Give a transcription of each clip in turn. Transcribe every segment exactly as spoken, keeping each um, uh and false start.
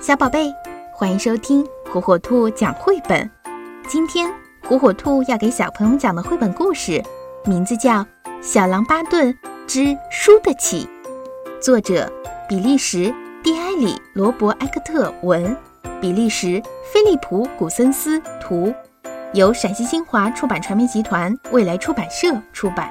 小宝贝，欢迎收听火火兔讲绘本。今天火火兔要给小朋友讲的绘本故事名字叫《小狼巴顿之输得起》，作者比利时蒂埃里·罗伯埃克特文，比利时菲利普·古森斯图，由陕西新华出版传媒集团未来出版社出版。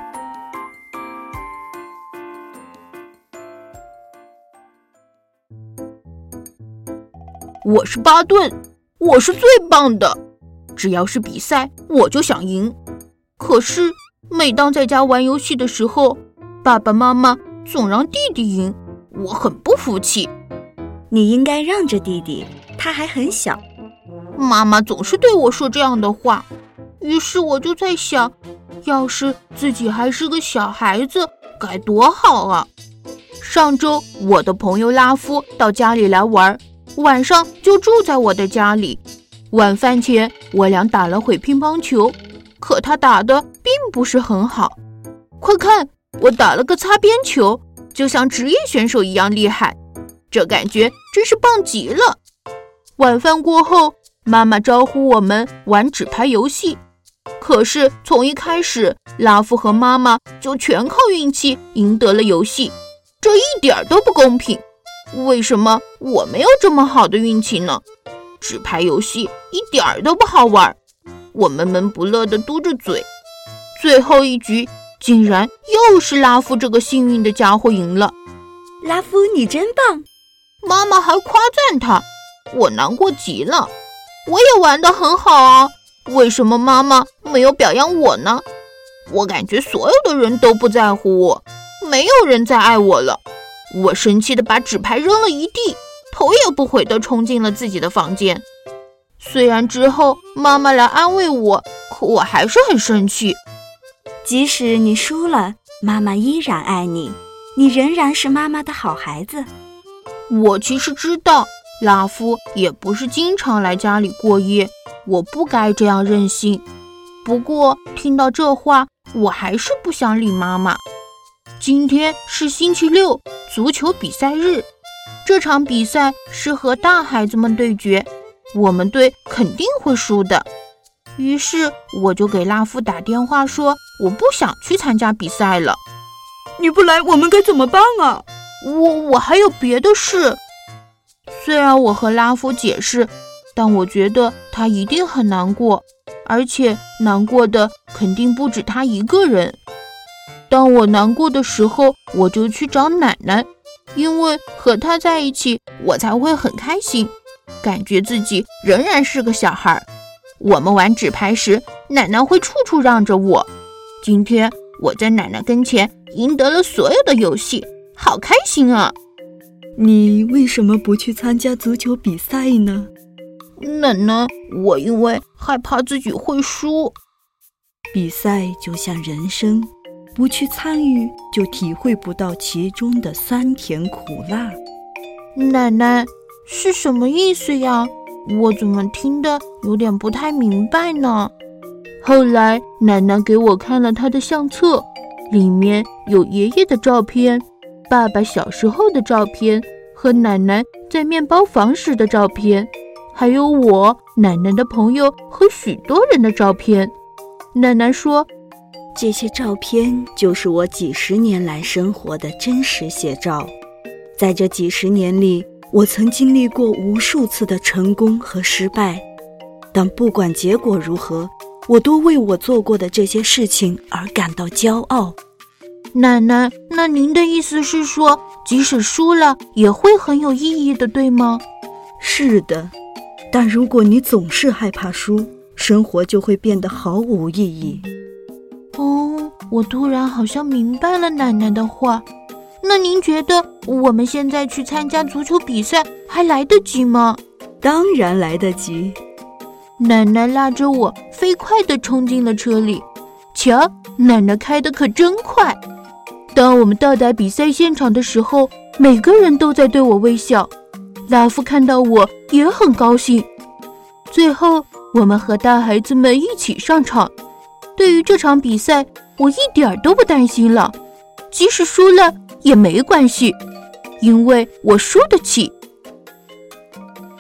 我是巴顿，我是最棒的，只要是比赛我就想赢。可是每当在家玩游戏的时候，爸爸妈妈总让弟弟赢，我很不服气。 你应该让着弟弟，他还很小。 妈妈总是对我说这样的话，于是我就在想，要是自己还是个小孩子该多好啊。上周我的朋友拉夫到家里来玩，晚上就住在我的家里。晚饭前我俩打了会乒乓球，可他打得并不是很好。快看，我打了个擦边球，就像职业选手一样厉害，这感觉真是棒极了。晚饭过后，妈妈招呼我们玩纸牌游戏，可是从一开始，拉夫和妈妈就全靠运气赢得了游戏，这一点都不公平。为什么我没有这么好的运气呢？纸牌游戏一点儿都不好玩，我闷闷不乐地嘟着嘴。最后一局竟然又是拉夫这个幸运的家伙赢了。 拉夫，你真棒！ 妈妈还夸赞他，我难过极了。我也玩得很好啊，为什么妈妈没有表扬我呢？我感觉所有的人都不在乎我，没有人再爱我了。我生气地把纸牌扔了一地，头也不回地冲进了自己的房间。虽然之后妈妈来安慰我，可我还是很生气。 即使你输了，妈妈依然爱你，你仍然是妈妈的好孩子。 我其实知道，拉夫也不是经常来家里过夜，我不该这样任性。不过听到这话，我还是不想理妈妈。今天是星期六，足球比赛日。这场比赛是和大孩子们对决，我们队肯定会输的。于是我就给拉夫打电话说，我不想去参加比赛了。 你不来，我们该怎么办啊？ 我我还有别的事。虽然我和拉夫解释，但我觉得他一定很难过，而且难过的肯定不止他一个人。当我难过的时候，我就去找奶奶，因为和她在一起，我才会很开心，感觉自己仍然是个小孩。我们玩纸牌时，奶奶会处处让着我。今天我在奶奶跟前赢得了所有的游戏，好开心啊！ 你为什么不去参加足球比赛呢？ 奶奶，我因为害怕自己会输。 比赛就像人生，不去参与就体会不到其中的酸甜苦辣。 奶奶，是什么意思呀？我怎么听得有点不太明白呢？后来奶奶给我看了她的相册，里面有爷爷的照片，爸爸小时候的照片，和奶奶在面包房时的照片，还有我、奶奶的朋友和许多人的照片。奶奶说， 这些照片就是我几十年来生活的真实写照。在这几十年里，我曾经历过无数次的成功和失败，但不管结果如何，我都为我做过的这些事情而感到骄傲。 奶奶，那您的意思是说，即使输了也会很有意义的，对吗？ 是的，但如果你总是害怕输，生活就会变得毫无意义。 哦，我突然好像明白了奶奶的话。那您觉得我们现在去参加足球比赛还来得及吗？ 当然来得及。 奶奶拉着我飞快地冲进了车里，瞧，奶奶开得可真快。当我们到达比赛现场的时候，每个人都在对我微笑。拉夫看到我也很高兴。最后我们和大孩子们一起上场。对于这场比赛，我一点都不担心了，即使输了也没关系，因为我输得起。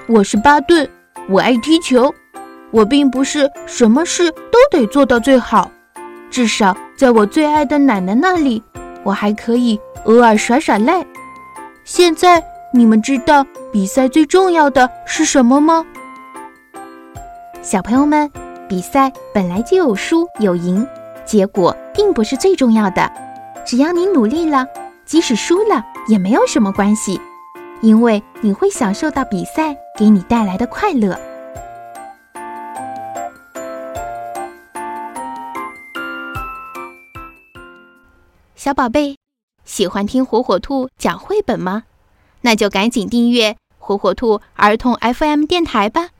我是巴顿，我爱踢球。我并不是什么事都得做到最好，至少在我最爱的奶奶那里，我还可以偶尔耍耍赖。现在你们知道比赛最重要的是什么吗？ 小朋友们，比赛本来就有输有赢，结果并不是最重要的。只要你努力了，即使输了也没有什么关系，因为你会享受到比赛给你带来的快乐。小宝贝，喜欢听火火兔讲绘本吗？那就赶紧订阅火火兔儿童 F M 电台吧。